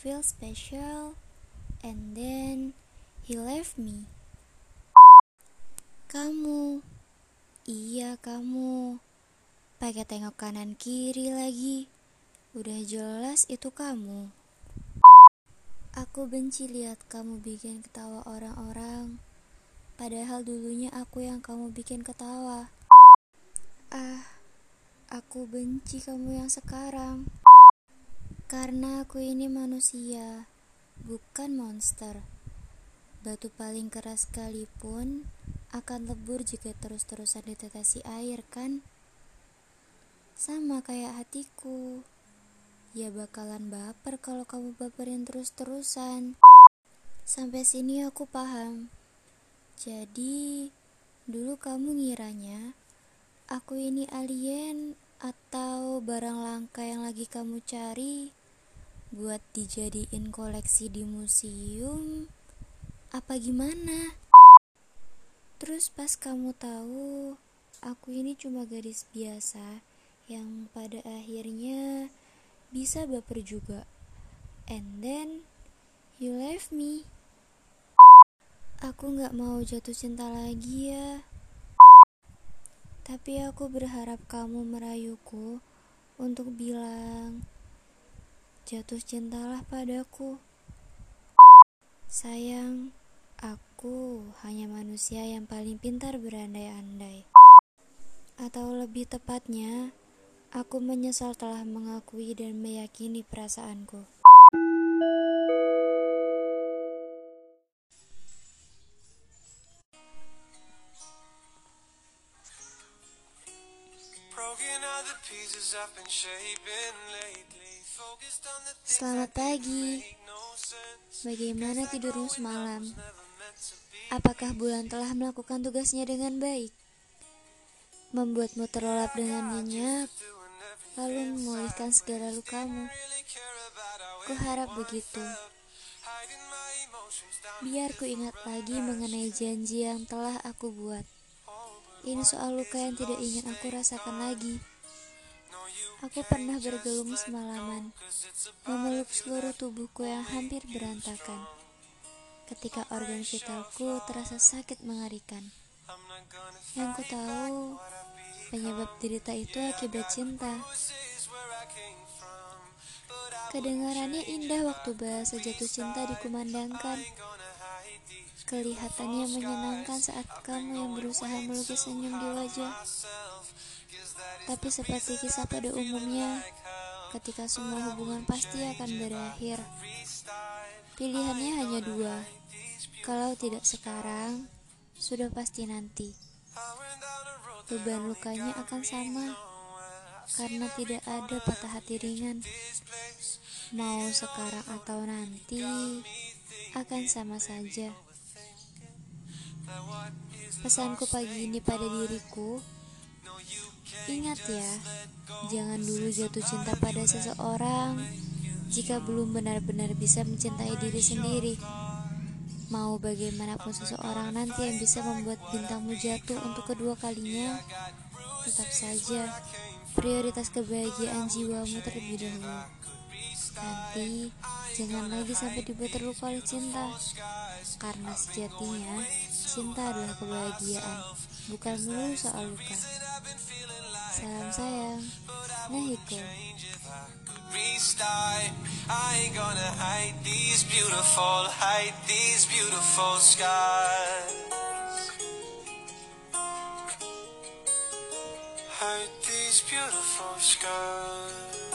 feel special, and then he left me. Kamu, iya kamu, pakai tengok kanan kiri lagi. Udah jelas itu kamu. Aku benci lihat kamu bikin ketawa orang-orang, padahal dulunya aku yang kamu bikin ketawa. Aku benci kamu yang sekarang. Karena aku ini manusia, bukan monster. Batu paling keras sekalipun akan lebur jika terus-terusan ditetesi air, kan? Sama kayak hatiku. Ya bakalan baper kalau kamu baperin terus-terusan. Sampai sini aku paham. Jadi, dulu kamu ngiranya aku ini alien atau barang langka yang lagi kamu cari buat dijadiin koleksi di museum apa gimana? Terus pas kamu tahu aku ini cuma gadis biasa yang pada akhirnya bisa baper juga, and then you left me. Aku gak mau jatuh cinta lagi ya, tapi aku berharap kamu merayuku untuk bilang jatuh cintalah padaku. Sayang, aku hanya manusia yang paling pintar berandai-andai. Atau lebih tepatnya, aku menyesal telah mengakui dan meyakini perasaanku. Selamat pagi. Bagaimana tidurmu semalam? Apakah bulan telah melakukan tugasnya dengan baik? Membuatmu terlelap dengan nyenyak, lalu memulihkan segala lukamu. Kuharap begitu. Biar ku ingat lagi mengenai janji yang telah aku buat. Ini soal luka yang tidak ingin aku rasakan lagi. Aku pernah bergelung semalaman, memeluk seluruh tubuhku yang hampir berantakan. Ketika organ vitalku terasa sakit mengerikan. Yang ku tahu, penyebab derita itu akibat cinta. Kedengarannya indah waktu bahasa jatuh cinta dikumandangkan. Kelihatannya menyenangkan saat kamu yang berusaha melukis senyum di wajah. Tapi seperti kisah pada umumnya, ketika semua hubungan pasti akan berakhir. Pilihannya hanya dua. Kalau tidak sekarang, sudah pasti nanti. Beban lukanya akan sama, karena tidak ada patah hati ringan. Mau sekarang atau nanti, akan sama saja. Pesanku pagi ini pada diriku, ingat ya, jangan dulu jatuh cinta pada seseorang jika belum benar-benar bisa mencintai diri sendiri. Mau bagaimanapun seseorang nanti yang bisa membuat bintangmu jatuh untuk kedua kalinya, tetap saja prioritas kebahagiaan jiwamu terlebih dahulu. Nanti jangan lagi sampai dibuat terluka oleh cinta, karena sejatinya cinta adalah kebahagiaan, bukan melulu soal luka. Salam sayang, Nahiko. I ain't gonna hide these beautiful skies. Hide these beautiful skies.